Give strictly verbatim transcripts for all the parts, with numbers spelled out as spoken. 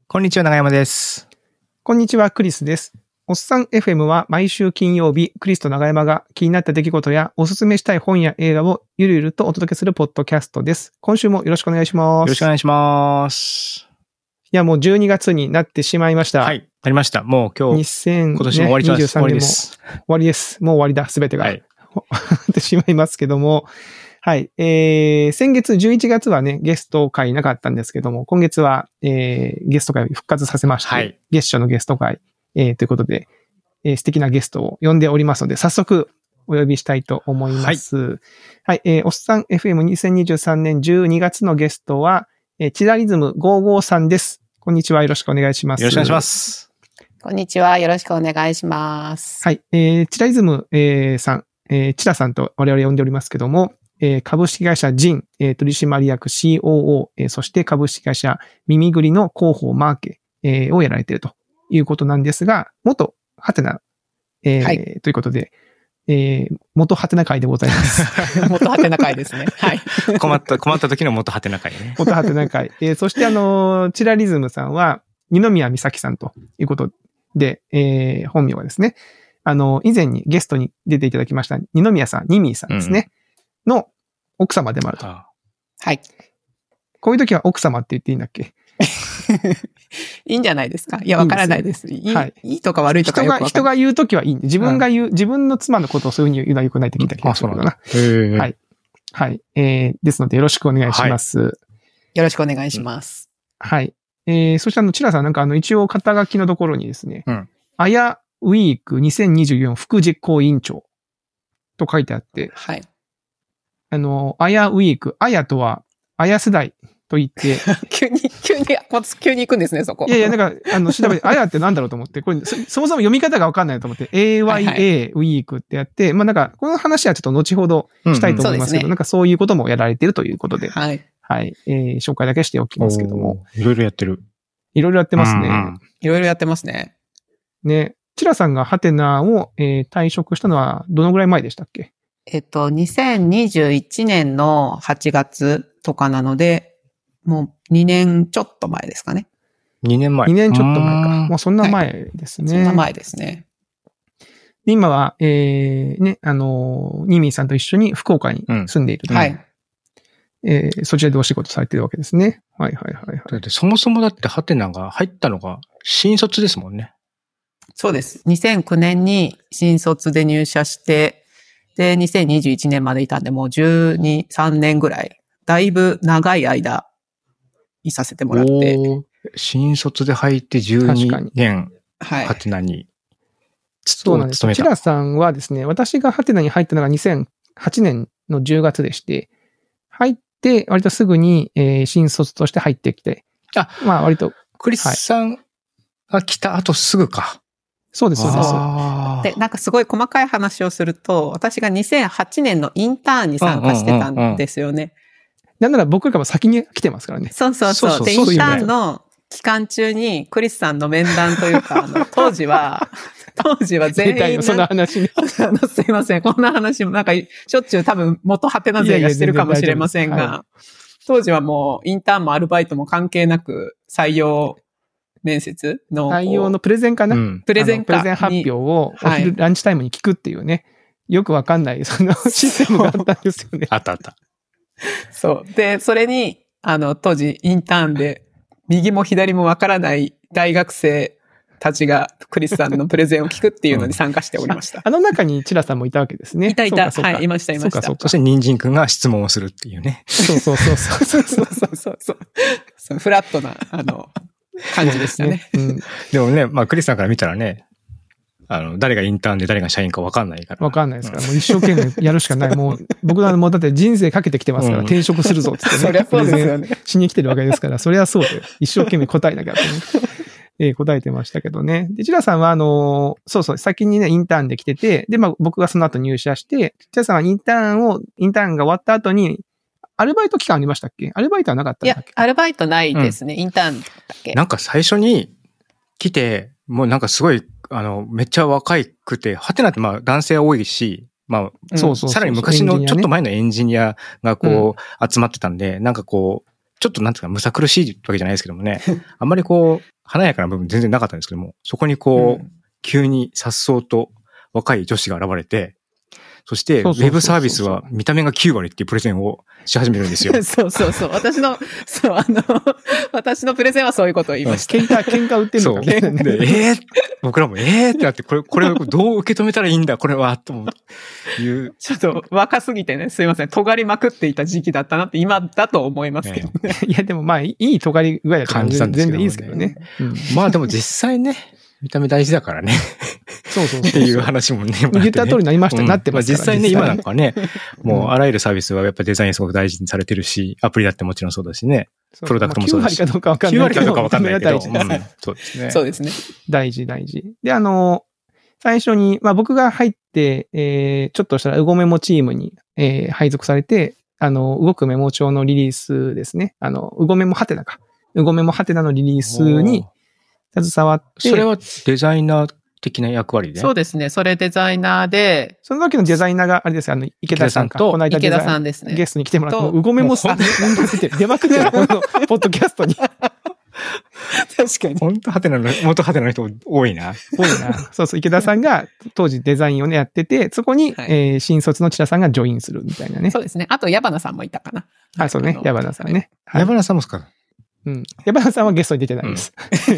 こんにちは、長山です。 こんにちは、クリスです。おっさん エフエム は毎週金曜日、クリスと長山が気になった出来事やおすすめしたい本や映画をゆるゆるとお届けするポッドキャストです。今週もよろしくお願いします。 よろしくお願いします。 いや、もうじゅうにがつになってしまいました。 はい、なりました。もう今日、 にせんにじゅうさん今年も終わりです。終わりです。 終わりです。もう終わりだ、すべてが。 はい。 ってしまいますけども。はい。えー、先月じゅういちがつはね、ゲスト会なかったんですけども、今月は、えー、ゲスト会を復活させまして、はい、月初のゲスト会、えー、ということで、えー、素敵なゲストを呼んでおりますので、早速お呼びしたいと思います。はい。はい、えー、おっさん エフエムにせんにじゅうさんねんじゅうにがつのゲストは、えー、チラリズムごじゅうごさんです。こんにちは。よろしくお願いします。 よろしくお願いします。 こんにちは。よろしくお願いします。 はい。えー、チラリズム、えー、さん、えー、チラさんと我々呼んでおりますけども、えー、株式会社ジン、えー、取締役 シーオーオー、えー、そして株式会社耳ぐりの広報マーケ、えー、をやられているということなんですが、元ハテナ、えーはい、ということで、えー、元ハテナ会でございます。 元ハテナ会ですね。はい。 困った、困った時の元ハテナ会ね。 元ハテナ会。えー、そしてあのー、チラリズムさんは、二宮美咲さんということで、えー、本名はですね、あのー、以前にゲストに出ていただきました二宮さん、ニミーさんですね。うん、の奥様でもあると。 はい。 こういう時は奥様って言っていいんだっけ？ いいんじゃないですか？いや、わからないです。いい、はい、いいとか悪いとかよくわかんない。 人が、人が言う時はいいんで、自分が言う、うん、自分の妻のことをそういうふうに言うのは良くないって聞いた気がするけどな。 へはい。はい。えー、ですのでよろしくお願いします。はい、 よろしくお願いします。 うん、はい。えー、そしてあの、チラさんなんかあの、一応肩書きのところにですね、うん。あやウィークにせんにじゅうよん副実行委員長と書いてあって、 はい。 あの、あやウィーク、あやとは、あや世代と言って。 急に、急に、急に行くんですね、そこ。 いやいや、なんか、あの、調べて、あやってなんだろうと思って、これそ、そもそも読み方がわかんないと思って、エーワイエー ウィークってやって、はいはい、まあなんか、この話はちょっと後ほどしたいと思いますけど、うんうんね、なんかそういうこともやられているということで、 はい。 はい。えー、紹介だけしておきますけども。 いろいろやってる。 いろいろやってますね。うんうん、 いろいろやってますね。 ね。チラさんがハテナを、えー、退職したのはどのぐらい前でしたっけ？ えっと、にせんにじゅういちねんのはちがつとかなので、もうにねんちょっと前ですかね。 にねんまえ。 にねんちょっと前か。もうそんな前ですね。 はい、そんな前ですね。 で今は、えー、ね、あの、ニーミーさんと一緒に福岡に住んでいると、 うん。はい。 えー、そちらでお仕事されてるわけですね。はいはいはい、はい。 だってそもそもだってハテナが入ったのが新卒ですもんね。 そうです。にせんきゅうねんに新卒で入社して、で、にせんにじゅういちねんまでいたんで、もうじゅうに、さんねんぐらい、だいぶ長い間、いさせてもらって。 新卒で入ってじゅうにねん、 はい。 ハテナに、 そうなんです。チラさんはですね、私がハテナに入ったのがにせんはちねんのじゅうがつでして、入って、割とすぐに、えー、新卒として入ってきて、 あ、 まあ割と。 クリスさんが来た後すぐか。 そうです、そうです。 で、なんかすごい細かい話をすると、私がにせんはちねんのインターンに参加してたんですよね。うんうんうんうん、 なんなら僕らも先に来てますからね。 そうそうそう。そうそうそうで、インターンの期間中にクリスさんの面談というか、あの当時は、当時は全員。 その話ね。 あのすいません。こんな話もなんかしょっちゅう多分元ハテナ勢がしてるかもしれませんが、いやいやはい、当時はもうインターンもアルバイトも関係なく採用面接の。 採用のプレゼンかな、うん、プレゼンか。プレゼン発表をお昼ランチタイムに聞くっていうね。よくわかんない、そのシステムがあったんですよね。 あったあった。 そう。で、それに、あの、当時インターンで右も左もわからない大学生たちがクリスさんのプレゼンを聞くっていうのに参加しておりました。 うん、あ, あの中にチラさんもいたわけですね。 いたいた。はい、いましたいました。そうかそうか。 そしてニンジンくんが質問をするっていうね。 そうそうそうそうそうそうそうそうそう。フラットな、あの、感じでしたね。ねうん、 でもね、まあクリスさんから見たらね、あの、誰がインターンで誰が社員か分かんないから。 分かんないですから。もう一生懸命やるしかない。もう、僕はもうだって人生かけてきてますから、うん、転職するぞってってね。 そりゃそうですよね。 しに来てるわけですから、そりゃそうだよ。一生懸命答えなきゃってね。えー、答えてましたけどね。で、チラさんはあのー、そうそう、先にね、インターンで来てて、で、まあ僕がその後入社して、チラさんはインターンを、インターンが終わった後に、アルバイト期間ありましたっけ？アルバイトはなかったんだっけ？ いや、アルバイトないですね。うん、インターンだけ。 なんか最初に来て、もうなんかすごい、あの、めっちゃ若いくて、ハテナってまあ男性多いし、まあ、そうそうそう、さらに昔のちょっと前のエンジニアがこう集まってたんで、うん、なんかこう、ちょっとなんていうか、むさ苦しいわけじゃないですけどもね、あんまりこう、 華やかな部分全然なかったんですけども、そこにこう、 うん、 急に颯爽と若い女子が現れて、そして、ウェブサービスは見た目がきゅう割っていうプレゼンをし始めるんですよ。 そうそうそう。私の、そう、あの、私のプレゼンはそういうことを言いました。 喧嘩、喧嘩売ってんのかね。 そう。で、えー、僕らもえーってなって、これ、これをどう受け止めたらいいんだ、これは、と思う。いう。 ちょっと若すぎてね、すいません。尖りまくっていた時期だったなって今だと思いますけどね。 えー、いや、でもまあ、いい尖り具合だったら感じたんですけど、ね、全然いいですけどね。 うん、まあでも実際ね、見た目大事だからね。 そうそうそう。 っていう話もね。 言った通りになりました、うん、なってますから、 まあ、実際ね、今なんかね、もうあらゆるサービスはやっぱデザインすごく大事にされてるし、アプリだってもちろんそうだしね。プロダクトもそうだし。 きゅう割かどうかわかんないけど。 きゅう割かどうかわかんないけど。 大事です、 うん。そうですね。 そうですね。 大事、大事。で、あの、最初に、まあ僕が入って、えー、ちょっとしたら、うごメモチームに、えー、配属されて、あの、動くメモ帳のリリースですね。あの、うごメモハテナか。うごメモハテナのリリースに携わって。 それはデザイナー的な役割で？ そうですね。それデザイナーで。 その時のデザイナーがあれですよ。あの、池田さんか。 この間池田さんですね。 ゲストに来てもらって、うごメモさん、出まくってる、このポッドキャストに。確かに。 本当ハテナの、元ハテナの人多いな。 多いな。そうそう、池田さんが当時デザインをね、やってて、そこに、はい、えー、新卒の千田さんがジョインするみたいなね。 そうですね。あと、矢花さんもいたかな。 あ、そうね。矢花さんね。 矢花さんもですか？ うん。矢花さんはゲストに出てないです。うん、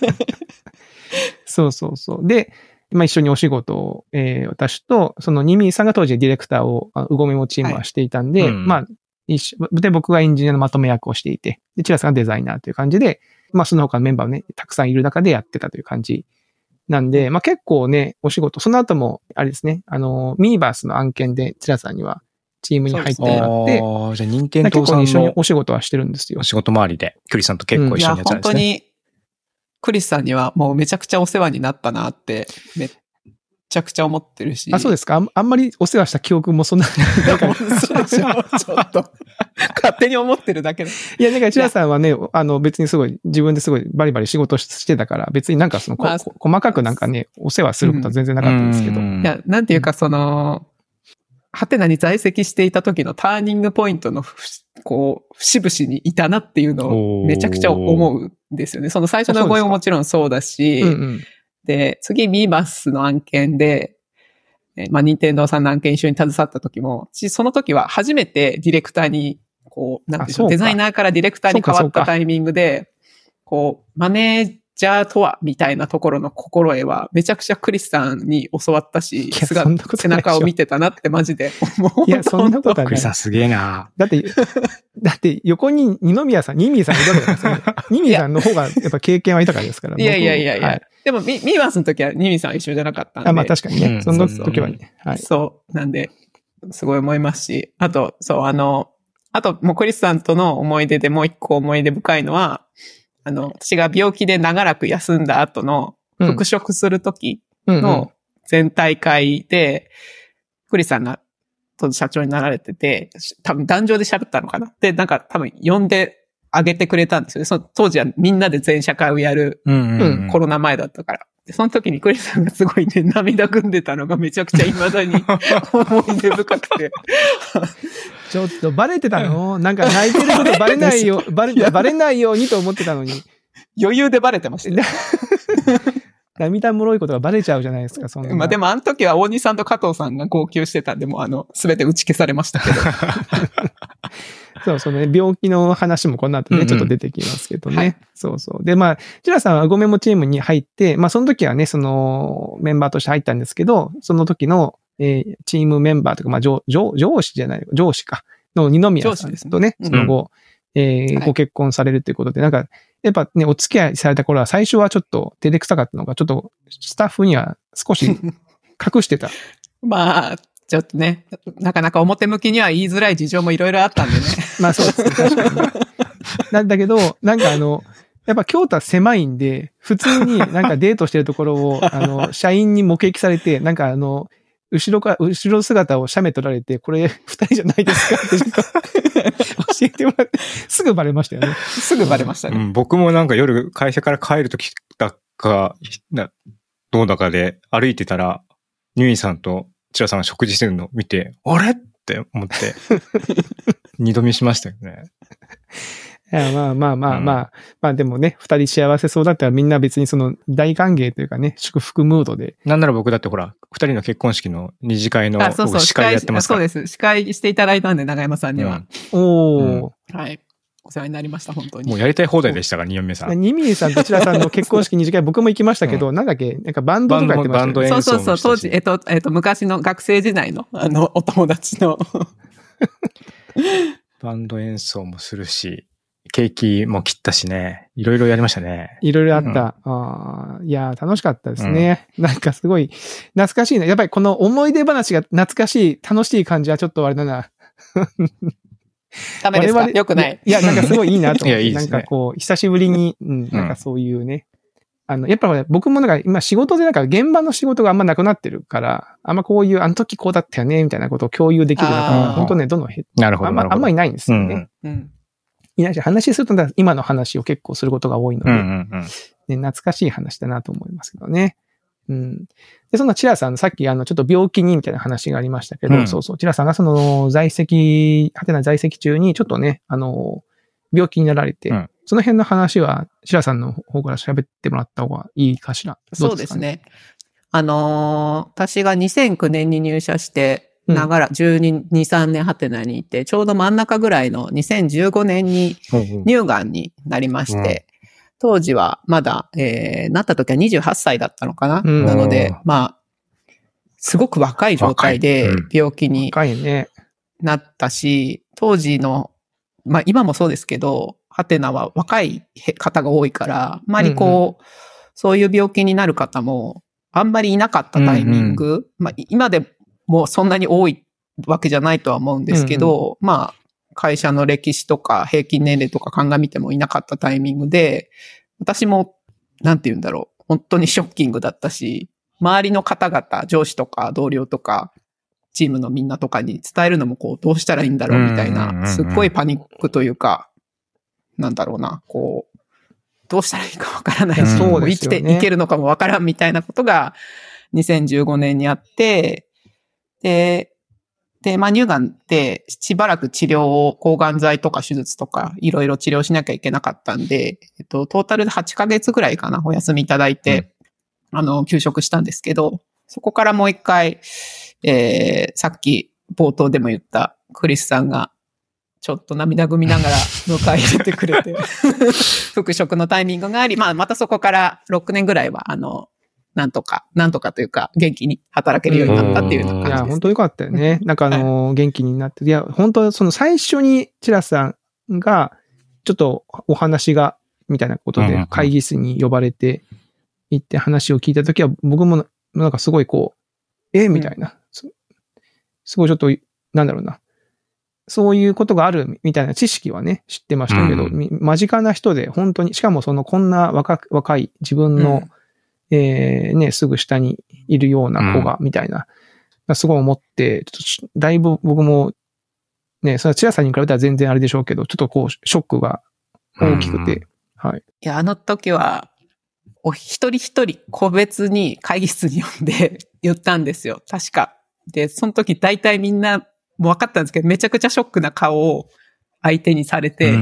そうそうそう。で、まあ一緒にお仕事を、えー、私と、そのニミーさんが当時ディレクターを、うごメモチームはしていたんで、はい、うん、まあ、一緒、で、僕がエンジニアのまとめ役をしていて、で、チラさんがデザイナーという感じで、まあその他のメンバーね、たくさんいる中でやってたという感じなんで、まあ結構ね、お仕事、その後も、あれですね、あの、ミーバースの案件でチラさんにはチームに入ってもらって、 ああ、じゃあ任天堂さんの結構一緒にお仕事はしてるんですよ。 お仕事周りで、クリスさんと結構一緒にやってたんですね。 うん、いや、本当に、クリスさんにはもうめちゃくちゃお世話になったなって、めっちゃくちゃ思ってるし。 あ、そうですか。あ ん, あんまりお世話した記憶もそんなないから。 そうでしょ。ちょっと。勝手に思ってるだけで。 いや、だから、チラさんはね、あの、別にすごい、自分ですごいバリバリ仕事してたから、別になんかその、まあ、細かくなんかね、お世話することは全然なかったんですけど。 うん、いや、なんていうか、その、ハテナに在籍していた時のターニングポイントの、こう、節々にいたなっていうのをめちゃくちゃ思うんですよね。その最初の声ももちろんそうだし、うんうん、で、次、ミーバスの案件で、えまあ、任天堂さんの案件一緒に携わった時も、その時は初めてディレクターに、こう、なんていうの、デザイナーからディレクターに変わったタイミングで、こう、マネージャーとは、みたいなところの心得は、めちゃくちゃクリスさんに教わったし、背中を見てたなってマジで思う。 いや、そんなことはない。 クリスさんすげえな。 だって、だって横に二宮さん、ニミーさんいるわけですよね。ニミーさんの方がやっぱ経験は豊かですから。 いやいやいやいや。はい、でも、ミーバースの時はニミーさんは一緒じゃなかったんで。 あ、まあ確かにね。うん、その時はね。 そうそう、はい。そう。なんで、すごい思いますし、あと、そう、あの、あと、もうクリスさんとの思い出でもう一個思い出深いのは、あの、私が病気で長らく休んだ後の復職する時の全大会で、クリスさんが当時社長になられてて、多分壇上で喋ったのかな。で、なんか多分呼んであげてくれたんですよね。その当時はみんなで全社会をやる、うんうんうん、コロナ前だったから。で、その時にクリスさんがすごいね、涙ぐんでたのがめちゃくちゃ未だに思い出深くて。 ちょっとバレてたの？なんか泣いてることバレないよ、バレ、バレないようにと思ってたのに。 余裕でバレてました、ね。 涙もろいことがバレちゃうじゃないですか、そんな。 まあでもあの時は大西さんと加藤さんが号泣してたんで、もうあの、すべて打ち消されましたけど。 そう、そのね、病気の話もこの後ね、うんうん、ちょっと出てきますけどね。はい、そうそう。で、まあ、ジラさんはごメモチームに入って、まあその時はね、そのメンバーとして入ったんですけど、その時の、えー、チームメンバーというか、まあ上、上、上司じゃない、上司か、の二宮さんとね、ねその後、うん、えーはい、ご結婚されるということで、なんか、やっぱね、お付き合いされた頃は最初はちょっと照れくさかったのが、ちょっとスタッフには少し隠してた。 まあ、ちょっとね、なかなか表向きには言いづらい事情もいろいろあったんでね。 まあそうですね、確かに、ね。なんだけど、なんかあの、やっぱ京都は狭いんで、普通になんかデートしてるところを、あの、社員に目撃されて、なんかあの、後ろか、後ろ姿を写メ撮られて、これ二人じゃないですかってちょっと教えてもらって、すぐバレましたよね。 すぐバレましたね。 うん、僕もなんか夜会社から帰るときだか、どうだかで歩いてたら、ニューインさんとチラさんが食事してるのを見て、あれって思って、二度見しましたよね。 いや、まあまあまあまあ、うん、まあでもね、二人幸せそうだったらみんな別にその大歓迎というかね、祝福ムードで。 なんなら僕だってほら、二人の結婚式の二次会の司会やってますから。 そうです。司会していただいたんで、長山さんには。 うん、おー、 うん。はい。お世話になりました、本当に。 もうやりたい放題でしたから、二宮さん。 二宮さんとちらさんの結婚式二次会僕も行きましたけど、うん、なんだっけ、なんかバンドとかやってました、ね、 バンド演奏もしたし。 そうそうそう、当時、えっと、えっと、昔の学生時代の、あの、お友達の。 バンド演奏もするし、ケーキも切ったしね。いろいろやりましたね。 いろいろあった。うん、あいや、楽しかったですね、うん。なんかすごい、懐かしいね。やっぱりこの思い出話が懐かしい、楽しい感じはちょっとあれだな。 ダメですか？よくない。 いや、なんかすごいいいなと思って。 いや、いいですね。 なんかこう、久しぶりに、うん、なんかそういうね。うん、あの、やっぱ僕もなんか今仕事でなんか現場の仕事があんまなくなってるから、あんまこういう、あの時こうだったよね、みたいなことを共有できるのが、本当ね、どんどん減って、 なるほど。 あんま、あんまいないんですよね。 うんうんいないし、話すると今の話を結構することが多いので、 うんうんうんね、懐かしい話だなと思いますけどね。うん。で、そんなチラさん、さっきあの、ちょっと病気にみたいな話がありましたけど、うん、そうそう、チラさんがその在籍、はてな在籍中にちょっとね、あの、病気になられて、うん、その辺の話は、チラさんの方から喋ってもらった方がいいかしら。どうですかね？ そうですね。あのー、私がにせんきゅうねんに入社して、ながらじゅうに、さんねんはてなにいて、ちょうど真ん中ぐらいのにせんじゅうごねんに乳がんになりまして、うんうん、当時はまだ、えー、なった時はにじゅうはっさいだったのかな、うん、なので、まあ、すごく若い状態で病気になったし、当時の、まあ今もそうですけど、ハテナは若い方が多いから、あまりこう、うんうん、そういう病気になる方もあんまりいなかったタイミング、うんうん、まあ今でもうそんなに多いわけじゃないとは思うんですけど、うんうん、まあ、会社の歴史とか平均年齢とか鑑みてもいなかったタイミングで、私も、なんて言うんだろう、本当にショッキングだったし、周りの方々、上司とか同僚とか、チームのみんなとかに伝えるのもこう、どうしたらいいんだろうみたいな、すっごいパニックというか、なんだろうな、こう、どうしたらいいかわからないし、うん、もう生きていけるのかもわからんみたいなことがにせんじゅうごねんにあって、で、で、まあ、乳がんってしばらく治療を抗がん剤とか手術とかいろいろ治療しなきゃいけなかったんで、えっと、トータルではちかげつぐらいかな、お休みいただいて、うん、あの、休職したんですけど、そこからもう一回、えー、さっき冒頭でも言ったクリスさんがちょっと涙ぐみながら迎え入れてくれて、復職のタイミングがあり、まあ、またそこからろくねんぐらいは、あの、なんとか、なんとかというか、元気に働けるようになったっていうような感じです。 いや、本当よかったよね。なんかあの、はい、元気になって、いや、本当その最初にチラさんが、ちょっとお話が、みたいなことで会議室に呼ばれて行って話を聞いたときは、僕もなんかすごいこう、えみたいな、うん。すごいちょっと、なんだろうな。そういうことがあるみたいな知識はね、知ってましたけど、うん、間近な人で本当に、しかもそのこんな若若い自分の、うんえー、ね、すぐ下にいるような子が、みたいな、うん、すごい思って、ちょっとだいぶ僕も、ね、それはチラさんに比べたら全然あれでしょうけど、ちょっとこう、ショックが大きくて、うん、はい。 いや、あの時は、お一人一人個別に会議室に呼んで言ったんですよ。確か。で、その時大体みんなもう分かったんですけど、めちゃくちゃショックな顔を相手にされて、うん、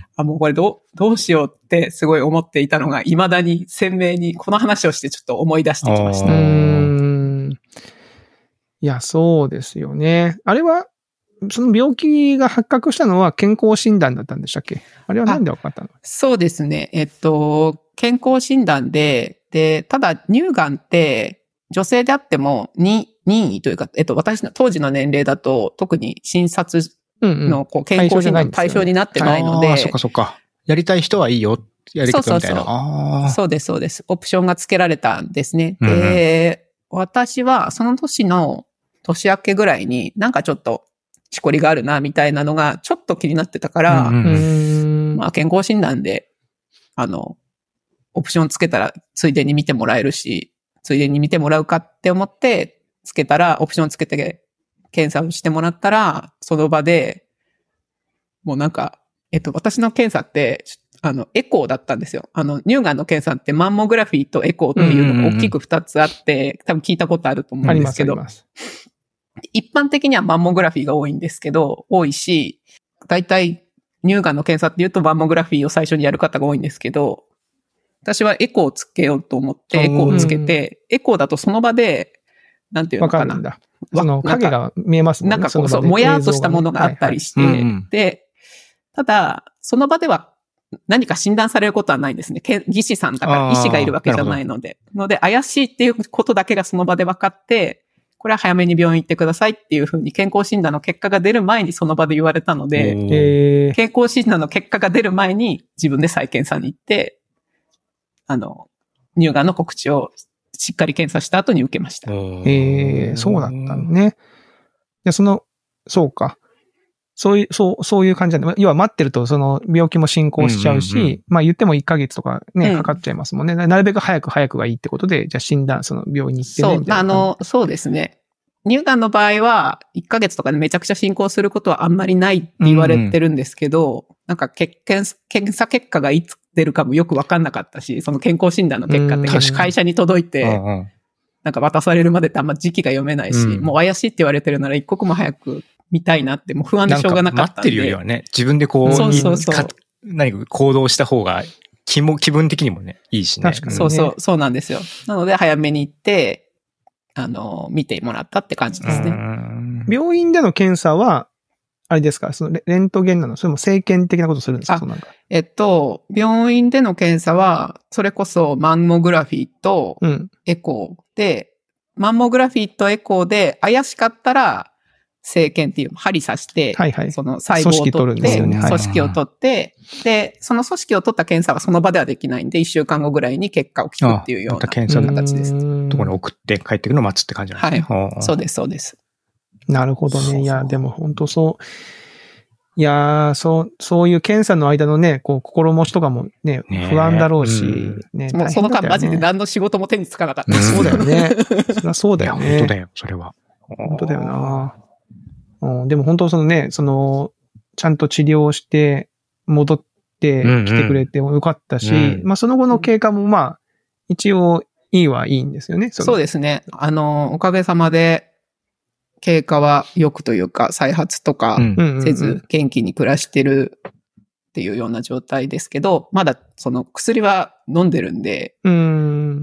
あ、もうこれどう、どうしようってすごい思っていたのが、未だに鮮明にこの話をしてちょっと思い出してきました。 うーん。いや、そうですよね。あれは、その病気が発覚したのは健康診断だったんでしたっけ？あれは何で分かったの？ そうですね。えっと、健康診断で、で、ただ乳がんって女性であっても任意というか、えっと、私の当時の年齢だと特に診察のこう健康診断の対象になってないので。 ああ、そっかそっか。やりたい人はいいよ。やりたいみたいな。 そうそうそう。そうです、そうです。オプションが付けられたんですね。で、うん、私はその年の年明けぐらいになんかちょっとしこりがあるな、みたいなのがちょっと気になってたから、うんうん、まあ健康診断で、あの、オプションつけたらついでに見てもらえるし、ついでに見てもらうかって思ってつけたら、オプションつけて検査をしてもらったら、その場で、もうなんか、えっと、私の検査って、あの、エコーだったんですよ。あの、乳がんの検査ってマンモグラフィーとエコーっていうのが大きく二つあって、うんうんうん、多分聞いたことあると思うんですけど、 ありますあります。 一般的にはマンモグラフィーが多いんですけど、多いし、だいたい乳がんの検査って言うとマンモグラフィーを最初にやる方が多いんですけど、私はエコーをつけようと思ってエコーをつけて、エコーだとその場で、なんていうのかな。 わかるんだ。その影が見えますもんね。 なんかこう、そう、もやーっとしたものがあったりして、はいはい、で、ただ、その場では何か診断されることはないんですね。技師さんだから医師がいるわけじゃないので。ので、怪しいっていうことだけがその場で分かって、これは早めに病院行ってくださいっていうふうに健康診断の結果が出る前にその場で言われたので、健康診断の結果が出る前に自分で再検査に行って、あの、乳がんの告知をしっかり検査した後に受けました。 ええー、そうだったのね。で、その、そうか。そういう、そう、そういう感じなんで、要は待ってるとその病気も進行しちゃうし、うんうんうん、まあ言ってもいっかげつとかね、かかっちゃいますもんね。うん、なるべく早く早くがいいってことで、じゃあ診断、その病院に行ってね。 そう、あの、そうですね。乳がんの場合は、いっかげつとかでめちゃくちゃ進行することはあんまりないって言われてるんですけど、うんうん、なんか検査結果がいつ出るかもよくわかんなかったし、その健康診断の結果って会社に届いて、うんうん、なんか渡されるまでってあんま時期が読めないし、うん、もう怪しいって言われてるなら一刻も早く見たいなって、もう不安でしょうがなかったんで。 待ってるよりはね、自分でこう、そうそうそう何か行動した方が気も、気分的にもね、いいしね。 確かにね。 そうそう、そうなんですよ。なので早めに行って、あの、見てもらったって感じですね。 病院での検査は、あれですか、そのレントゲンなの？それも生検的なことするんですか？ あ、 そうなんかえっと、病院での検査は、それこそマンモグラフィーとエコーで、うん、マンモグラフィーとエコーで怪しかったら、生検っていう針刺して、はいはい、その細胞を取って、組織取るんですよね。組織を取って、で、その組織を取った検査はその場ではできないんで、いっしゅうかんごぐらいに結果を聞くっていうような形です。 ところに送って帰ってくるのを待つって感じなんですね。 はい。そうです、そうです。 なるほどね。いや、でも本当そう。いやー、そう、そういう検査の間のね、こう、心持ちとかもね、ね不安だろうし、うん、ね。 もうその間マジで何の仕事も手につかなかった。 そうだよね。そりゃそうだよね。 いや、本当だよ、それは。 本当だよな。うん、でも本当そのね、その、ちゃんと治療して、戻ってきてくれてもよかったし、うんうん、まあその後の経過もまあ、一応いいはいいんですよね。 そ, そうですね。あの、おかげさまで、経過は良くというか、再発とかせず元気に暮らしてるっていうような状態ですけど、まだその薬は飲んでるんで、 うん、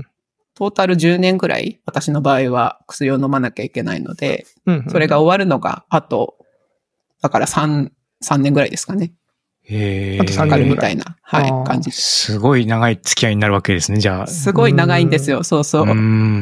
トータルじゅうねんぐらい、私の場合は薬を飲まなきゃいけないので、それが終わるのが、あと、だから3、3年ぐらいですかね。 へー。あとさんかげつみたいな、はい、感じです。 すごい長い付き合いになるわけですね、じゃあ。 すごい長いんですよ、そうそう。 うん。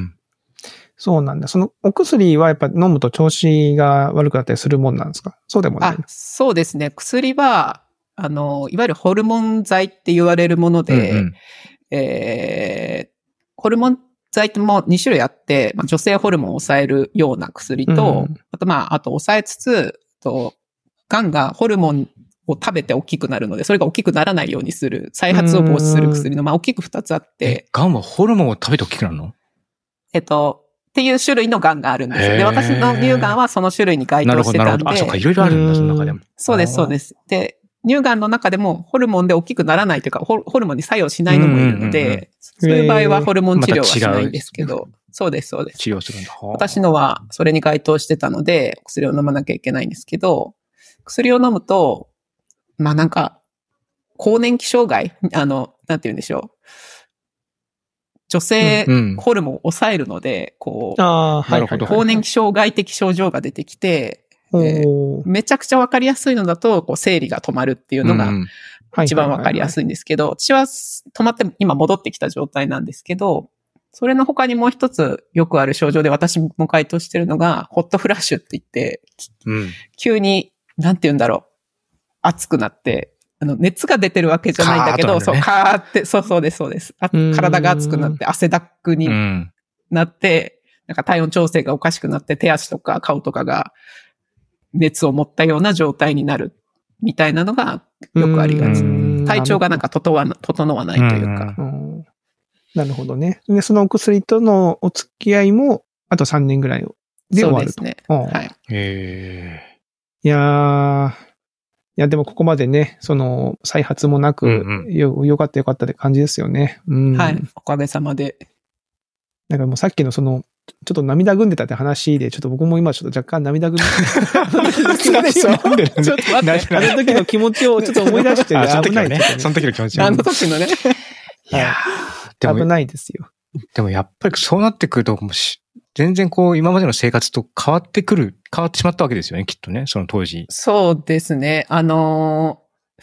そうなんだ。そのお薬はやっぱ飲むと調子が悪くなったりするもんなんですか？そうでもない？ あ、そうですね。薬は、あの、いわゆるホルモン剤って言われるもので、うんうん、えー、ホルモン剤ってもうに種類あって、まあ、女性ホルモンを抑えるような薬と、うん、あとまあ、あと抑えつつ、と、癌がホルモンを食べて大きくなるので、それが大きくならないようにする、再発を防止する薬の、まあ、大きく二つあって。 癌はホルモンを食べて大きくなるの？ えっと、っていう種類の癌があるんです。で、私の乳がんはその種類に該当してたんで。 なるほど、なるほど。あ、そうか、いろいろあるんだ、その中でも。 そうです、そうです。で、乳がんの中でもホルモンで大きくならないというか、ホルモンに作用しないのもいるので、そういう場合はホルモン治療はしないんですけど、そうです、そうです。 治療するんだ。 私のはそれに該当してたので、薬を飲まなきゃいけないんですけど、薬を飲むと、まあなんか、更年期障害、あの、なんて言うんでしょう。女性ホルモンを抑えるので、うん、こう、 あはいはいはい、 更年期障害的症状が出てきて、えー、めちゃくちゃわかりやすいのだと、こう生理が止まるっていうのが一番わかりやすいんですけど、私は止まって今戻ってきた状態なんですけど、それの他にもう一つよくある症状で私も該当してるのが、ホットフラッシュって言って、うん、急に、なんて言うんだろう、熱くなって、あの、熱が出てるわけじゃないんだけど、ね、そう、カーって、そうそうです、そうです。あ体が熱くなって、汗だくになって、なんか体温調整がおかしくなって、手足とか顔とかが熱を持ったような状態になる、みたいなのがよくありがち。体調がなんか整わな、整わないというか。 なるほどね。で、そのお薬とのお付き合いも、あとさんねんぐらいで終わると。 そうですね。はい。 へー。いやー、いや、でもここまでね、その、再発もなく、うんうん、よ、よかったよかったって感じですよね。うん。 はい。おかげさまで。 なんかもうさっきのその、 ちょっと涙ぐんでたって話で、ちょっと僕も今ちょっと若干涙ぐんでそうでしょちょっと待って。 あの時の気持ちをちょっと思い出して、 あ、その時危ないのね。その時の気持ち。 あの時のね。 いやでも危ないですよ。 でもやっぱりそうなってくると、もうし全然こう今までの生活と変わってくる、変わってしまったわけですよね、きっとね、その当時。 そうですね。あのー、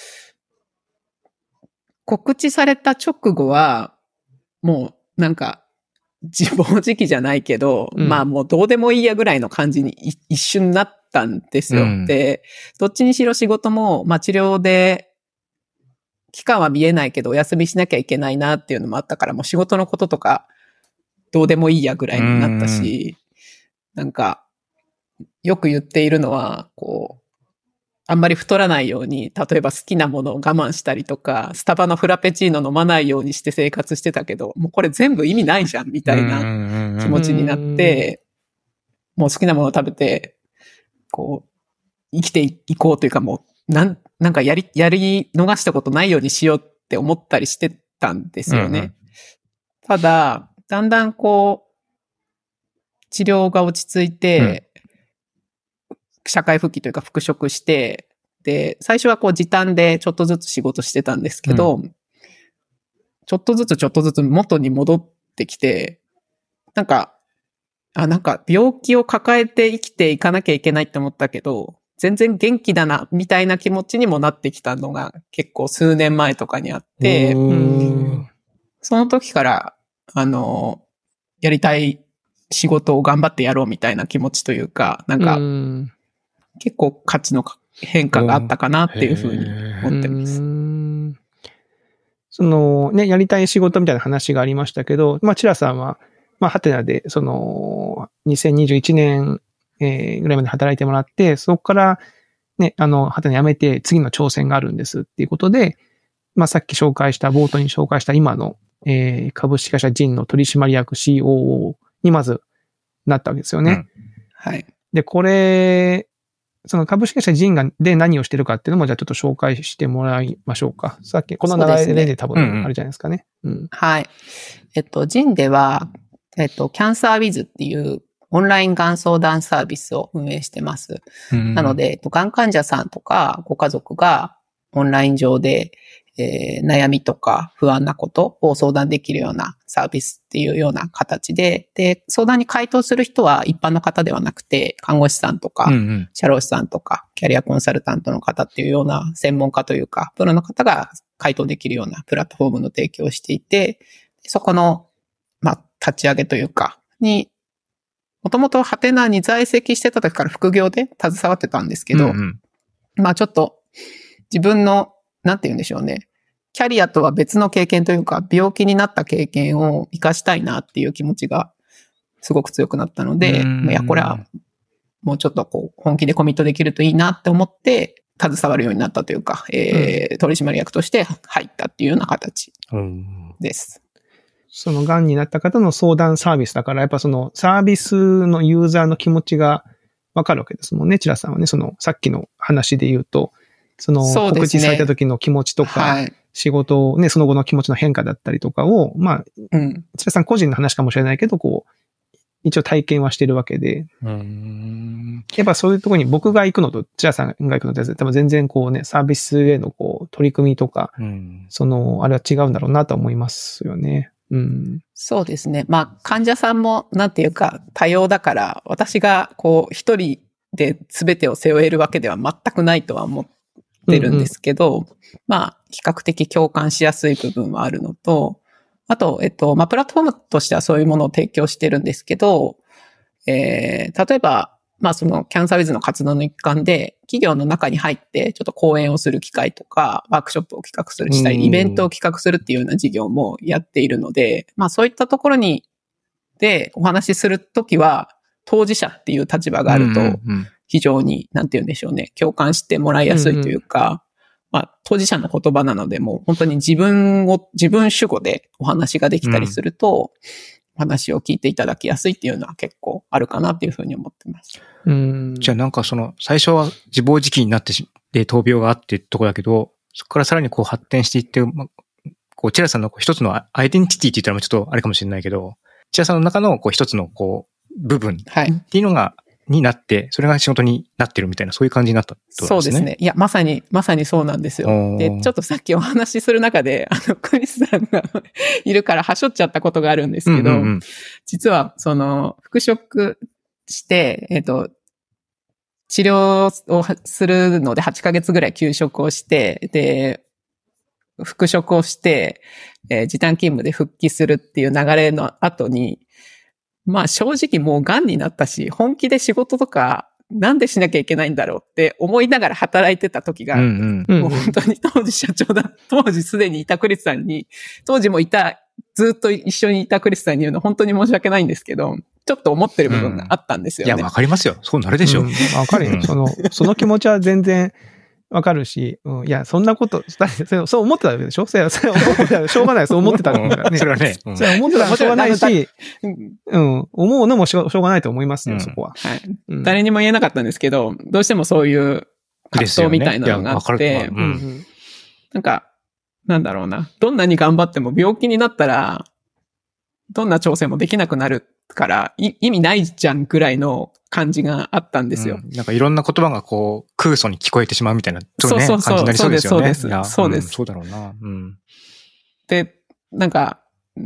告知された直後は、もうなんか、自暴自棄じゃないけど、うん、まあもうどうでもいいやぐらいの感じに一瞬なったんですよ。うん、で、どっちにしろ仕事も、まあ治療で、期間は見えないけどお休みしなきゃいけないなっていうのもあったから、もう仕事のこととか、どうでもいいやぐらいになったし、うん、なんか、よく言っているのは、こう、あんまり太らないように、例えば好きなものを我慢したりとか、スタバのフラペチーノ飲まないようにして生活してたけど、もうこれ全部意味ないじゃん、みたいな気持ちになって、もう好きなものを食べて、こう、生きていこうというかもう、なん、なんかやり、やり逃したことないようにしようって思ったりしてたんですよね。うんうん、ただ、だんだんこう、治療が落ち着いて、うん社会復帰というか復職して、で、最初はこう時短でちょっとずつ仕事してたんですけど、うん、ちょっとずつちょっとずつ元に戻ってきて、なんか、あ、なんか病気を抱えて生きていかなきゃいけないって思ったけど、全然元気だな、みたいな気持ちにもなってきたのが結構数年前とかにあって、その時から、あの、やりたい仕事を頑張ってやろうみたいな気持ちというか、なんか、うん結構価値の変化があったかなっていうふうに思ってます。 そのね、やりたい仕事みたいな話がありましたけど、まあ、チラさんは、まあ、ハテナで、その、にせんにじゅういちねん、えー、ぐらいまで働いてもらって、そこから、ね、あの、ハテナ辞めて次の挑戦があるんですっていうことで、まあ、さっき紹介した、冒頭に紹介した今の、えー、株式会社ジンの取締役 シーオーオー にまずなったわけですよね。 うん、はい。 で、これ、その株式会社ジンがで何をしてるかっていうのもじゃあちょっと紹介してもらいましょうか。さっき、この流れで多分あれじゃないですかね。うんうん、 はい。えっと、ジンでは、えっと、キャンサーウィズっていうオンラインがん相談サービスを運営してます。うん、なので、えっと、がん患者さんとかご家族がオンライン上で、えー、悩みとか不安なことを相談できるようなサービスっていうような形で、で、相談に回答する人は一般の方ではなくて、看護師さんとか、うんうん、社労士さんとか、キャリアコンサルタントの方っていうような専門家というか、プロの方が回答できるようなプラットフォームの提供をしていて、そこの、まあ、立ち上げというか、に、もともとハテナに在籍してた時から副業で携わってたんですけど、うんうん、まあちょっと自分のなんて言うんでしょうね。キャリアとは別の経験というか、病気になった経験を活かしたいなっていう気持ちがすごく強くなったので、いや、これはもうちょっとこう、本気でコミットできるといいなって思って、携わるようになったというか、えーうん、取締役として入ったっていうような形です。 うん、その癌になった方の相談サービスだから、やっぱそのサービスのユーザーの気持ちがわかるわけですもんね、チラさんはね。そのさっきの話で言うと、その告知された時の気持ちとか、はい、仕事をね、その後の気持ちの変化だったりとかを、まあ、うん、チラさん個人の話かもしれないけど、こう、一応体験はしてるわけで、うーんやっぱそういうところに僕が行くのと、チラさんが行くのと、多分全然こうね、サービスへのこう、取り組みとか、うん、その、あれは違うんだろうなと思いますよね。うん、 そうですね。まあ、患者さんも、なんていうか、多様だから、私がこう、一人で全てを背負えるわけでは全くないとは思っててるんですけど、うんうん、まあ、比較的共感しやすい部分はあるのと、あと、えっと、まあ、プラットフォームとしてはそういうものを提供してるんですけど、えー、例えば、まあ、その、キャンサーウィズの活動の一環で、企業の中に入って、ちょっと講演をする機会とか、ワークショップを企画するしたり、イベントを企画するっていうような事業もやっているので、まあ、そういったところに、で、お話しするときは、当事者っていう立場があると、うんうんうん非常に、なんて言うんでしょうね、共感してもらいやすいというか、うんうん、まあ、当事者の言葉なので、もう本当に自分を、自分主語でお話ができたりすると、うん、話を聞いていただきやすいっていうのは結構あるかなっていうふうに思ってます。 うん、じゃあなんかその、最初は自暴自棄になってし、で、闘病があってとこだけど、そこからさらにこう発展していって、まあ、こう、チェラさんの一つのアイデンティティって言ったらもうちょっとあれかもしれないけど、 土屋さんの中のこう一つのこう部分っていうのが、はい、になって、それが仕事になってるみたいな、そういう感じになったってことですね。 そうですね。いや、まさに、まさにそうなんですよ。で、ちょっとさっきお話しする中で、あの、クリスさんがいるからはしょっちゃったことがあるんですけど、うんうんうん、実は、その、復職して、えっと、治療をするのではちかげつぐらい休職をして、で、復職をして、えー、時短勤務で復帰するっていう流れの後に、まあ正直もう癌になったし、本気で仕事とかなんでしなきゃいけないんだろうって思いながら働いてた時が、うんうん、もう本当に当時社長だ、当時すでにいたクリスさんに、当時もいた、ずっと一緒にいたクリスさんに言うの本当に申し訳ないんですけど、ちょっと思ってる部分があったんですよね。 うん、いや、わかりますよ。そうなるでしょう。わ、 うん、かるよ。その、その気持ちは全然、わかるし、うん、いや、そんなこと、そう思ってたわけでしょ？それは、それは思ってたらしょうがない。そう思ってたからね。 それはね。うん、 それは思ってたらしょうがないし、うん、思うのもしょうがないと思いますよ、うん、そこは。 はい、うん。誰にも言えなかったんですけど、どうしてもそういう葛藤みたいなのがあって、うん、なんか、なんだろうな。どんなに頑張っても病気になったら、どんな調整もできなくなるから、意味ないじゃんくらいの感じがあったんですよ。 うん、なんかいろんな言葉がこう空想に聞こえてしまうみたいな、そうね、そうそうそう感じになりそうですよね。 そうです、そうです。そうです、 うん。そうだろうな。うん。 で、なんか、うん、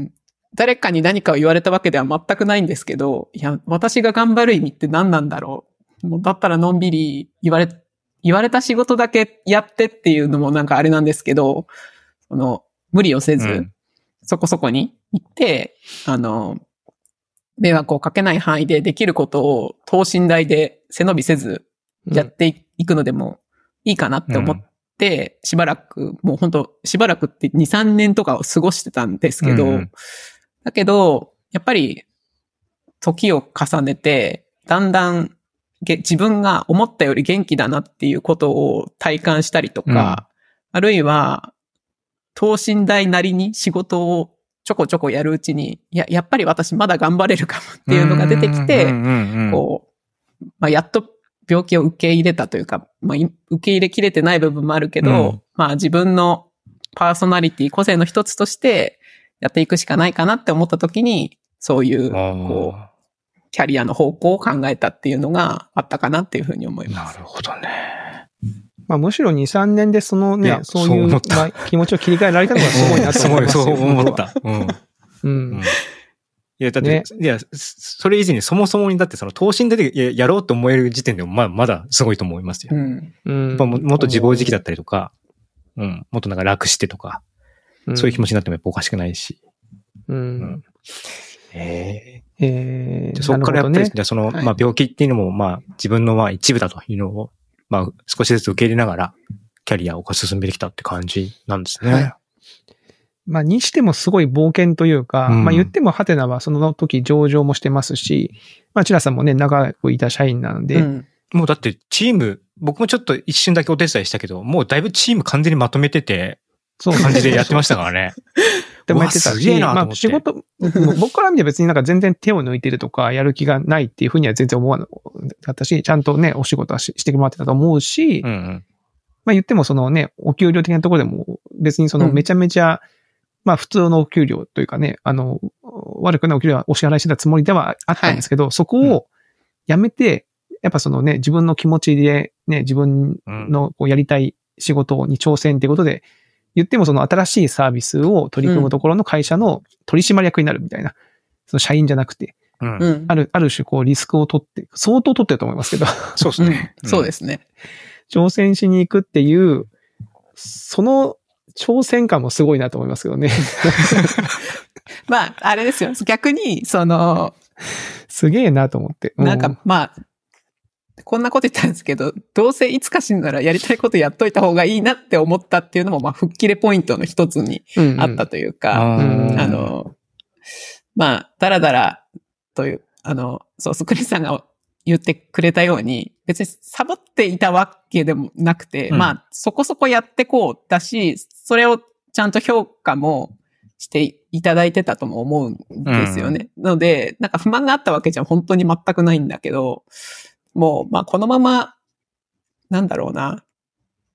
誰かに何かを言われたわけでは全くないんですけど、いや、私が頑張る意味って何なんだろう。もうだったらのんびり言われ、言われた仕事だけやってっていうのもなんかあれなんですけど、その、無理をせず、うん、そこそこに行って、あの、迷惑をかけない範囲でできることを等身大で背伸びせずやっていくのでもいいかなって思って、うん、しばらく、もう本当しばらくってに、さんねんとかを過ごしてたんですけど、うん、だけど、やっぱり時を重ねて、だんだん自分が思ったより元気だなっていうことを体感したりとか、うん、あるいは、等身大なりに仕事をちょこちょこやるうちに、や、やっぱり私まだ頑張れるかもっていうのが出てきて、こう、まあ、やっと病気を受け入れたというか、まあ、受け入れきれてない部分もあるけど、うん、まあ自分のパーソナリティ、個性の一つとしてやっていくしかないかなって思った時に、そういう、こう、キャリアの方向を考えたっていうのがあったかなっていうふうに思います。 なるほどね。 まあむしろに、さんねんでそのね、そういう、まあ、気持ちを切り替えられたのがすごいなと思いますよ。 すごい、そう思った。うん。うん。いや、だって、ね、いや、それ以前にそもそもにだってその等身大でやろうと思える時点でもまあまだすごいと思いますよ。うん。やっぱもっと自暴自棄だったりとか、うん。もっとなんか楽してとか、うん、そういう気持ちになってもやっぱおかしくないし。うん。うん、えー、えー。そこからやっぱり、ね、じゃその、はい、まあ病気っていうのもまあ自分のまあ一部だというのを、まあ少しずつ受け入れながらキャリアを進んできたって感じなんですね。はい、 まあにしてもすごい冒険というか、うん、まあ言ってもハテナはその時上場もしてますし、まあチラさんもね長くいた社員なので、うん、 もうだってチーム、僕もちょっと一瞬だけお手伝いしたけど、もうだいぶチーム完全にまとめてて、そう感じでやってましたからね。 でもやってたし、まあ仕事、僕から見て別になんか全然手を抜いてるとかやる気がないっていうふうには全然思わなかったし、ちゃんとね、お仕事は し, してもらってたと思うし、うんうん、まあ言ってもそのね、お給料的なところでも別にそのめちゃめちゃ、うん、まあ普通のお給料というかね、あの、悪くないお給料はお支払いしてたつもりではあったんですけど、はい、そこをやめて、やっぱそのね、自分の気持ちでね、自分のこうやりたい仕事に挑戦っていうことで、言ってもその新しいサービスを取り組むところの会社の取締役になるみたいな。その社員じゃなくて。うん、ある、ある種こうリスクを取って、相当取ってると思いますけど。 そうですね。 うん、そうですね。 挑戦しに行くっていう、その挑戦感もすごいなと思いますけどね。 まあ、あれですよ。逆に、その、 すげえなと思って。 うん、なんか、まあ、こんなこと言ったんですけど、どうせいつか死んだらやりたいことやっといた方がいいなって思ったっていうのも、まあ、吹っ切れポイントの一つにあったというか、うんうん、あの、まあ、だらだらという、あの、そう、スクリスさんが言ってくれたように、別にサボっていたわけでもなくて、うん、まあ、そこそこやってこうだし、それをちゃんと評価もしていただいてたとも思うんですよね。うん、なので、なんか不満があったわけじゃ本当に全くないんだけど、もう、まあ、このまま、なんだろうな。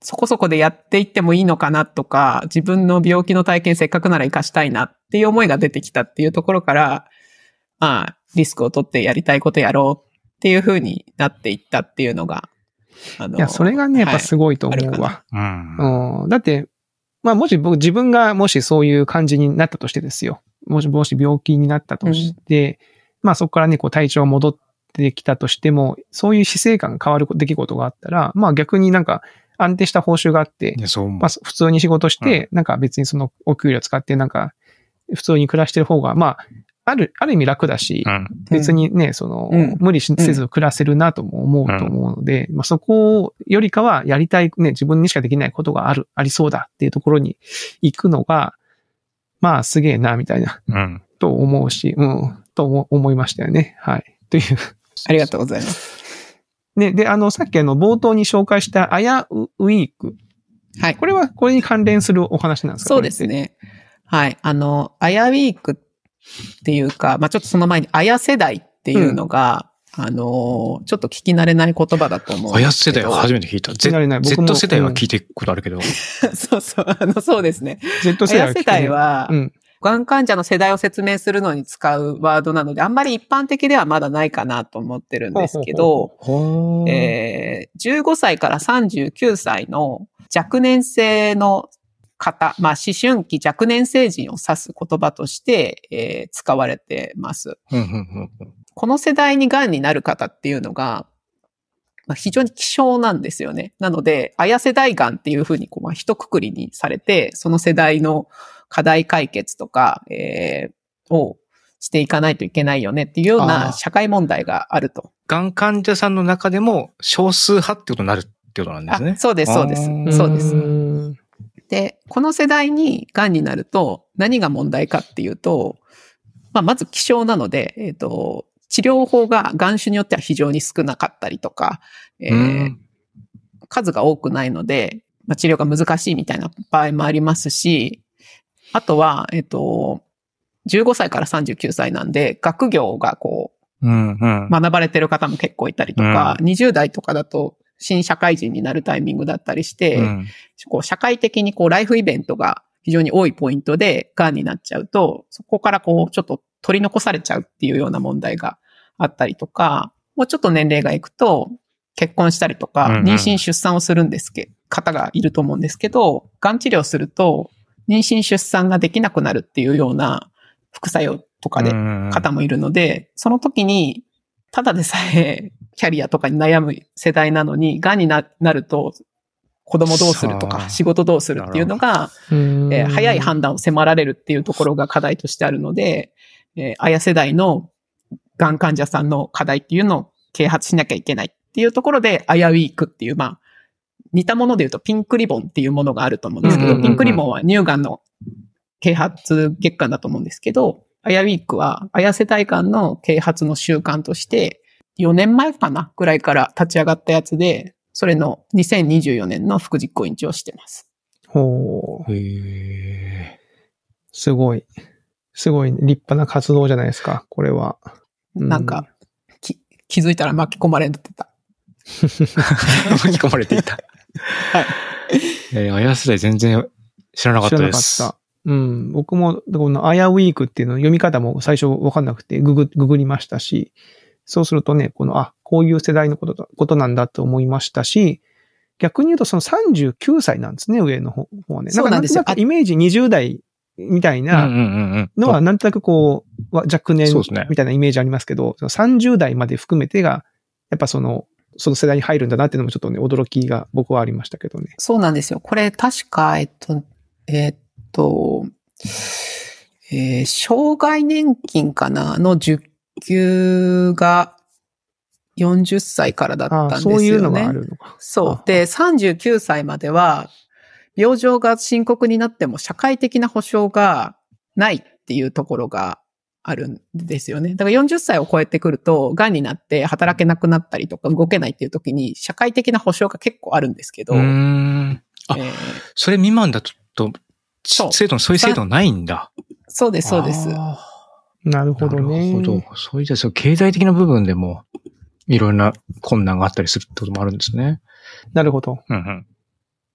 そこそこでやっていってもいいのかなとか、自分の病気の体験せっかくなら活かしたいなっていう思いが出てきたっていうところから、まあ、リスクを取ってやりたいことやろうっていう風になっていったっていうのが、あの、 いや、それがね、やっぱすごいと思うわ。はい、うん、だって、まあ、もし僕、自分がもしそういう感じになったとしてですよ。もし、もし病気になったとして、うん、まあ、そこからね、こう、体調が戻ってきたとしても、そういう死生観が変わる出来事があったら、まあ、逆になんか、安定した報酬があって、まあ、普通に仕事して、うん、なんか別にそのお給料使って、なんか、普通に暮らしてる方が、まあ、ある、ある意味楽だし、うん、別にね、その、うん、無理せず暮らせるなとも思うと思うので、うん、まあそこよりかはやりたい、ね、自分にしかできないことがある、ありそうだっていうところに行くのが、まあすげえな、みたいな、うん、と思うし、うん、と思いましたよね。はい。という。 ありがとうございます。 ね、で、あの、さっきあの、冒頭に紹介したアヤウィーク。 はい。 これは、これに関連するお話なんですか？ そうですね。はい。あの、アヤウィークっていうか、まあちょっとその前に、あや世代っていうのが、うん、あの、ちょっと聞き慣れない言葉だと思うんですけど。 あや世代は初めて聞いた。Z, Z 世代は聞いてることあるけど。うん、 そうそう、あの、そうですね。 Z 世代は、ね。 あや世代は、うん、がん患者の世代を説明するのに使うワードなので、あんまり一般的ではまだないかなと思ってるんですけど、えー、じゅうごさいからさんじゅうきゅうさいの若年性の方、まあ、思春期若年成人を指す言葉として、えー、使われてます。この世代に癌になる方っていうのが、まあ、非常に希少なんですよね。なので、あや世代癌っていうふうにこう、まあ、一括りにされて、その世代の課題解決とか、えー、をしていかないといけないよねっていうような社会問題があると。 がん患者さんの中でも少数派ってことになるってことなんですね。 そうです、そうです。そうです。で、この世代にがんになると何が問題かっていうと、まあ、まず希少なので、えっと、治療法ががん種によっては非常に少なかったりとか、えー、数が多くないので、まあ、治療が難しいみたいな場合もありますし、あとは、えっと、じゅうごさいからさんじゅうきゅうさいなんで、学業がこう、うんうん、学ばれてる方も結構いたりとか、うん、にじゅう代とかだと新社会人になるタイミングだったりして、うん、こう社会的にこうライフイベントが非常に多いポイントで癌になっちゃうと、そこからこうちょっと取り残されちゃうっていうような問題があったりとか、もうちょっと年齢がいくと結婚したりとか、妊娠出産をするんですけど、方がいると思うんですけど、癌治療すると、妊娠出産ができなくなるっていうような副作用とかで方もいるので、その時にただでさえキャリアとかに悩む世代なのに、癌に な, なると子供どうするとか仕事どうするっていうのが、えー、早い判断を迫られるっていうところが課題としてあるので、えー、あや世代の癌患者さんの課題っていうのを啓発しなきゃいけないっていうところで、あやウィークっていう、まあ、似たもので言うとピンクリボンっていうものがあると思うんですけど、ピンクリボンは乳がんの啓発月間だと思うんですけど、あやウィークはあや世代間の啓発の習慣としてよねんまえかなぐらいから立ち上がったやつで、それのにせんにじゅうよねんの副実行委員長をしてます。 ほー。へー。すごい。すごい立派な活動じゃないですか、これは。 うん、なんかき、気づいたら巻き込まれてた。 巻き込まれていた。はい。えー、あや世代全然知らなかったです。 知らなかった。うん。僕も、このあやウィークっていうの読み方も最初わかんなくてググ、ググりましたし、そうするとね、この、あ、こういう世代のことだ、ことなんだと思いましたし、逆に言うとそのさんじゅうきゅうさいなんですね、上の方はね。 そうなんですよ。 なんかイメージにじゅう代みたいなのはなんとなくこう、若年みたいなイメージありますけど、そのさんじゅう代まで含めてが、やっぱその、その世代に入るんだなっていうのもちょっとね、驚きが僕はありましたけどね。 そうなんですよ。これ確か、えっと、えっと、えー、障害年金かなの受給がよんじゅっさいからだったんですよね。 ああ、そういうのがあるのか。 そう。で、さんじゅうきゅうさいまでは、病状が深刻になっても社会的な保障がないっていうところがあるんですよね。だからよんじゅっさいを超えてくると、癌になって働けなくなったりとか動けないっていう時に、社会的な保障が結構あるんですけど。うーん。あ、えー、それ未満だと、制度のそういう制度ないんだ。 そうです、そうです。 なるほどね。 なるほど。そういうじゃあ、経済的な部分でも、いろんな困難があったりするってこともあるんですね。 なるほど。 うんうん。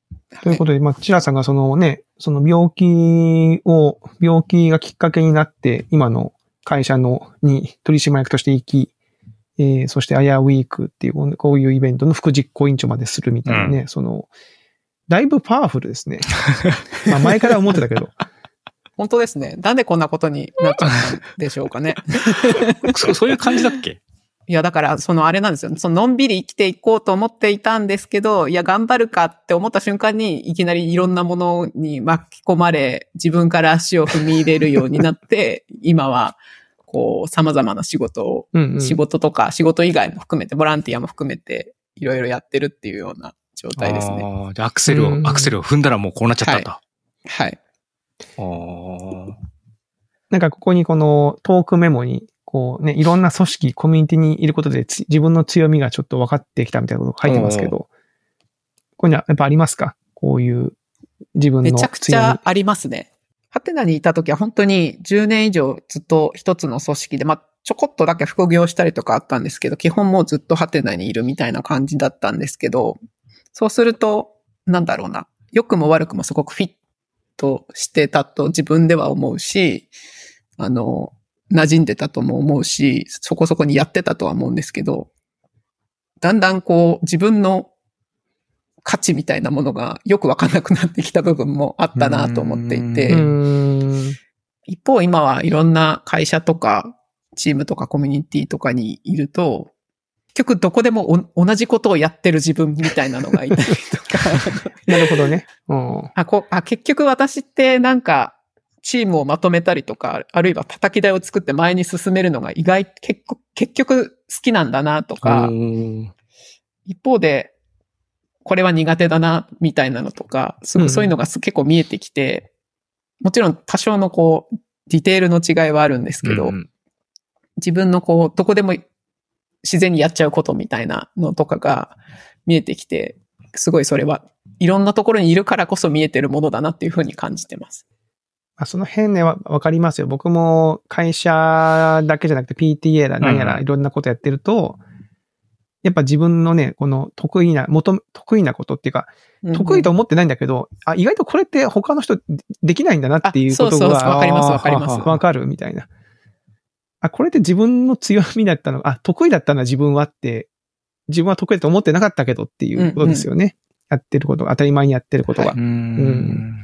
ということで、まあ、チラさんがそのね、その病気を、病気がきっかけになって、今の会社の、に取締役として行き、えー、そしてアヤーウィークっていう、こういうイベントの副実行委員長までするみたいなね、うん、その、だいぶパワフルですね。まあ、前から思ってたけど。 本当ですね。なんでこんなことになっちゃったんでしょうかね。 そ, そういう感じだっけ？ いや、だから、そのあれなんですよ。そののんびり生きていこうと思っていたんですけど、いや、頑張るかって思った瞬間に、いきなりいろんなものに巻き込まれ、自分から足を踏み入れるようになって、今は、こう、様々な仕事を、うんうん、仕事とか、仕事以外も含めて、ボランティアも含めて、いろいろやってるっていうような状態ですね。 ああ、じゃあアクセルを、うん、アクセルを踏んだらもうこうなっちゃったんだ。 はい。はい、 ああ。 なんかここにこのトークメモに、こうね、いろんな組織、コミュニティにいることで自分の強みがちょっと分かってきたみたいなこと書いてますけど、これやっぱありますか？こういう自分の強み。 めちゃくちゃありますね。ハテナにいた時は本当にじゅうねん以上ずっと一つの組織で、まあ、ちょこっとだけ副業したりとかあったんですけど、基本もうずっとハテナにいるみたいな感じだったんですけど、そうすると、なんだろうな、良くも悪くもすごくフィットしてたと自分では思うし、あの、馴染んでたとも思うし、そこそこにやってたとは思うんですけど、だんだんこう自分の価値みたいなものがよくわかんなくなってきた部分もあったなと思っていて、一方今はいろんな会社とかチームとかコミュニティとかにいると、結局どこでも同じことをやってる自分みたいなのがいたりとか。 なるほどね。 あこあ結局私ってなんか、チームをまとめたりとか、あるいは叩き台を作って前に進めるのが意外、結構、結局好きなんだなとか、一方で、これは苦手だな、みたいなのとか、すごいそういうのが結構見えてきて、うん、もちろん多少のこう、ディテールの違いはあるんですけど、うん、自分のこう、どこでも自然にやっちゃうことみたいなのとかが見えてきて、すごいそれはいろんなところにいるからこそ見えてるものだなっていうふうに感じてます。 その辺ね、わかりますよ。僕も会社だけじゃなくて ピーティーエー だ、何やらいろんなことやってると、うん、やっぱ自分のね、この得意な、元、得意なことっていうか、うんうん、得意と思ってないんだけど、あ、意外とこれって他の人できないんだなっていうことが、 そうそうそう、わかりますわかります。 わかるみたいな。あ、これって自分の強みだったの、あ、得意だったな自分はって、自分は得意だと思ってなかったけどっていうことですよね。うんうん、やってることが、当たり前にやってることが。はい、うん。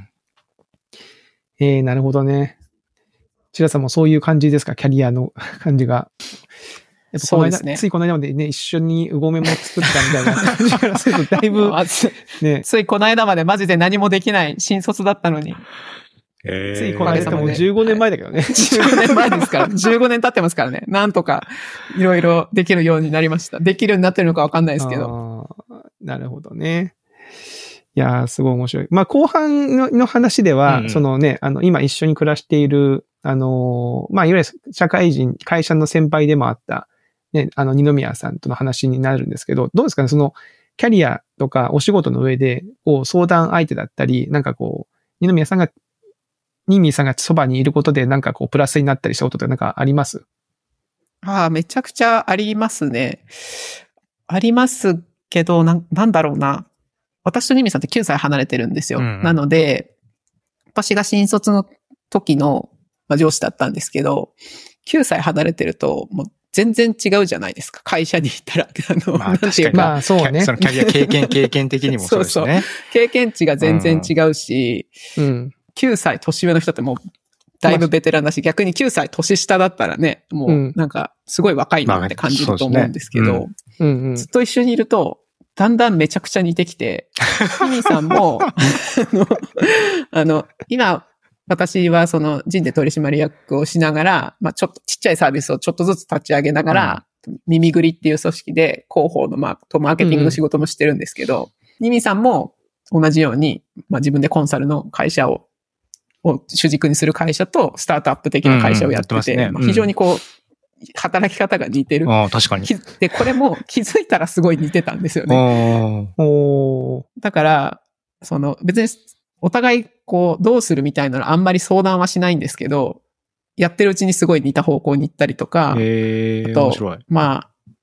えー、なるほどね。チラさんもそういう感じですか？キャリアの感じが。やっぱこの間、そうですね。ついこの間までね、一緒にうごめも作ったみたいな感じからすると、だいぶ、 ね。ついこの間までマジで何もできない新卒だったのに。 えー、ついこの間もうじゅうごねんまえだけどね。はい、 じゅうごねんまえですから。じゅうごねん経ってますからね。なんとか、いろいろできるようになりました。できるようになってるのかわかんないですけど。 あなるほどね。いやー、すごい面白い。まあ、後半 の, の話では、うんうん、そのね、あの、今一緒に暮らしている、あのー、まあ、いわゆる社会人、会社の先輩でもあった、ね、あの、二宮さんとの話になるんですけど、どうですかね、その、キャリアとかお仕事の上で、こう、相談相手だったり、なんかこう、二宮さんが、ニーミーさんがそばにいることで、なんかこう、プラスになったりしたことってなんかあります？ ああ、めちゃくちゃありますね。ありますけど、な、なんだろうな。私とニミさんってきゅうさい離れてるんですよ。うんうん、なので、私が新卒の時の、まあ、上司だったんですけど、きゅうさい離れてると、もう全然違うじゃないですか。会社にいたら。あの、 まあ、なんていうか。まあ、そうね。そのキャリア経験、経験的にもそうですね。そうそう。 経験値が全然違うし、うん、きゅうさい年上の人ってもう、だいぶベテランだし、逆にきゅうさい年下だったらね、もう、なんか、すごい若いなって感じると思うんですけど、ずっと一緒にいると、だんだんめちゃくちゃ似てきて、ヒミさんも、あの、あの、今、私はその人で取締役をしながら、まあちょっとちっちゃいサービスをちょっとずつ立ち上げながら、うん、耳ぐりっていう組織で広報のマークとマーケティングの仕事もしてるんですけど、ヒミさんも同じように、まあ自分でコンサルの会社を、を主軸にする会社とスタートアップ的な会社をやってて、うんってね、まあ、非常にこう、働き方が似てる。 ああ、確かに。 で、これも気づいたらすごい似てたんですよね。おだから、その別にお互いこうどうするみたいなのあんまり相談はしないんですけど、やってるうちにすごい似た方向に行ったりとか、 へー、 あと、 面白い。 まあ、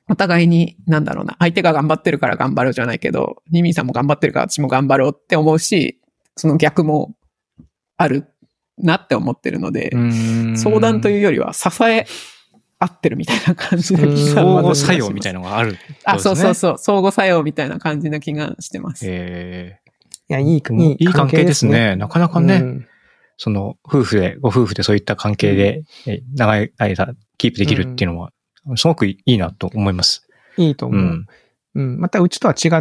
お互いに、なんだろうな、相手が頑張ってるから頑張ろうじゃないけど、ニミーさんも頑張ってるから私も頑張ろうって思うし、その逆もあるなって思ってるので、相談というよりは支え合ってるみたいな感じで。 相互作用みたいなのがある、ね。 あ、そうそうそう。相互作用みたいな感じな気がしてます。 えー、 いや、いい、いい、 いい関係ですね。なかなかね、うん、その、夫婦で、ご夫婦でそういった関係で、うん、長い間キープできるっていうのは、すごくいいなと思います。 いいと思う。うんうん、また、うちとは違った、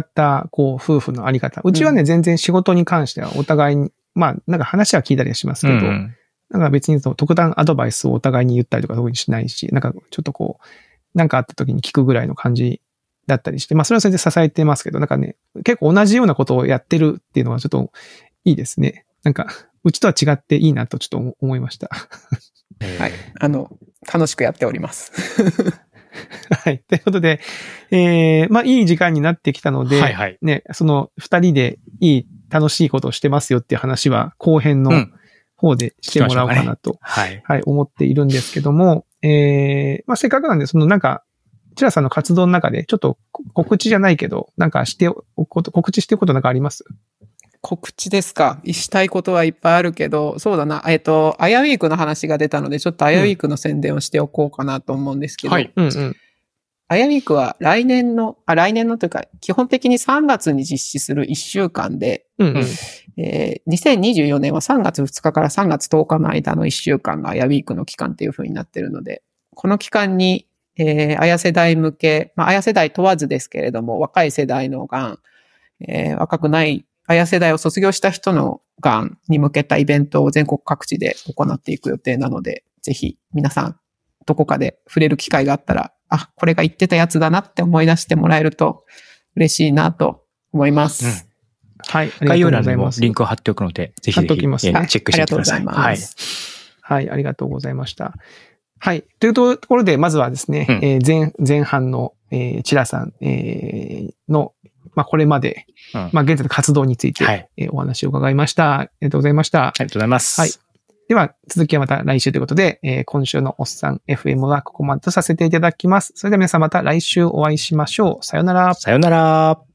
こう、夫婦のあり方。うちはね、うん、全然仕事に関してはお互いに、まあ、なんか話は聞いたりはしますけど、うん、なんか別にその特段アドバイスをお互いに言ったりとか特にしないし、なんかちょっとこう、なんかあった時に聞くぐらいの感じだったりして、まあそれはそれで支えてますけど、なんかね、結構同じようなことをやってるっていうのはちょっといいですね。なんか、うちとは違っていいなとちょっと思いました。 はい。あの、楽しくやっております。 はい。ということで、えー、まあいい時間になってきたので、 はいはい、 ね、その二人でいい楽しいことをしてますよっていう話は後編の、うん方でしてもらおうかなと、ね、はい、はい、思っているんですけども、えー、まあ、せっかくなんで、そのなんか、チラさんの活動の中で、ちょっと告知じゃないけど、なんかしておくこと、告知しておくことなんかあります？ 告知ですか。したいことはいっぱいあるけど、そうだな、えっと、アヤウィークの話が出たので、ちょっとアヤウィークの宣伝をしておこうかなと思うんですけど、 うん、はい、うんうん。 アヤウィークは来年の、あ、来年のというか、基本的にさんがつに実施するいっしゅうかんで、 うんうんえー、にせんにじゅうよねんはさんがつふつかからさんがつとおかの間のいっしゅうかんがアヤウィークの期間っていう風になっているので、この期間に、えー、アヤ世代向け、まあ、アヤ世代問わずですけれども、若い世代のがん、えー、若くないアヤ世代を卒業した人のがんに向けたイベントを全国各地で行っていく予定なので、ぜひ皆さんどこかで触れる機会があったら、あ、これが言ってたやつだなって思い出してもらえると嬉しいなと思います。 うんはい。 概要欄にもリンクを貼っておくので、ぜひぜひ、 貼っておきます、 ね、チェックしてみてください。 ありがとうございます。 はい。はい、ありがとうございました。はい。というところで、まずはですね、うん、えー、前、前半の、えー、チラさん、えー、の、まあ、これまで、うん、まあ、現在の活動について、はい、えー、お話を伺いました。ありがとうございました。ありがとうございます。 はい。では、続きはまた来週ということで、えー、今週のおっさん エフエム はここまでとさせていただきます。それでは皆さんまた来週お会いしましょう。さよなら。 さよなら。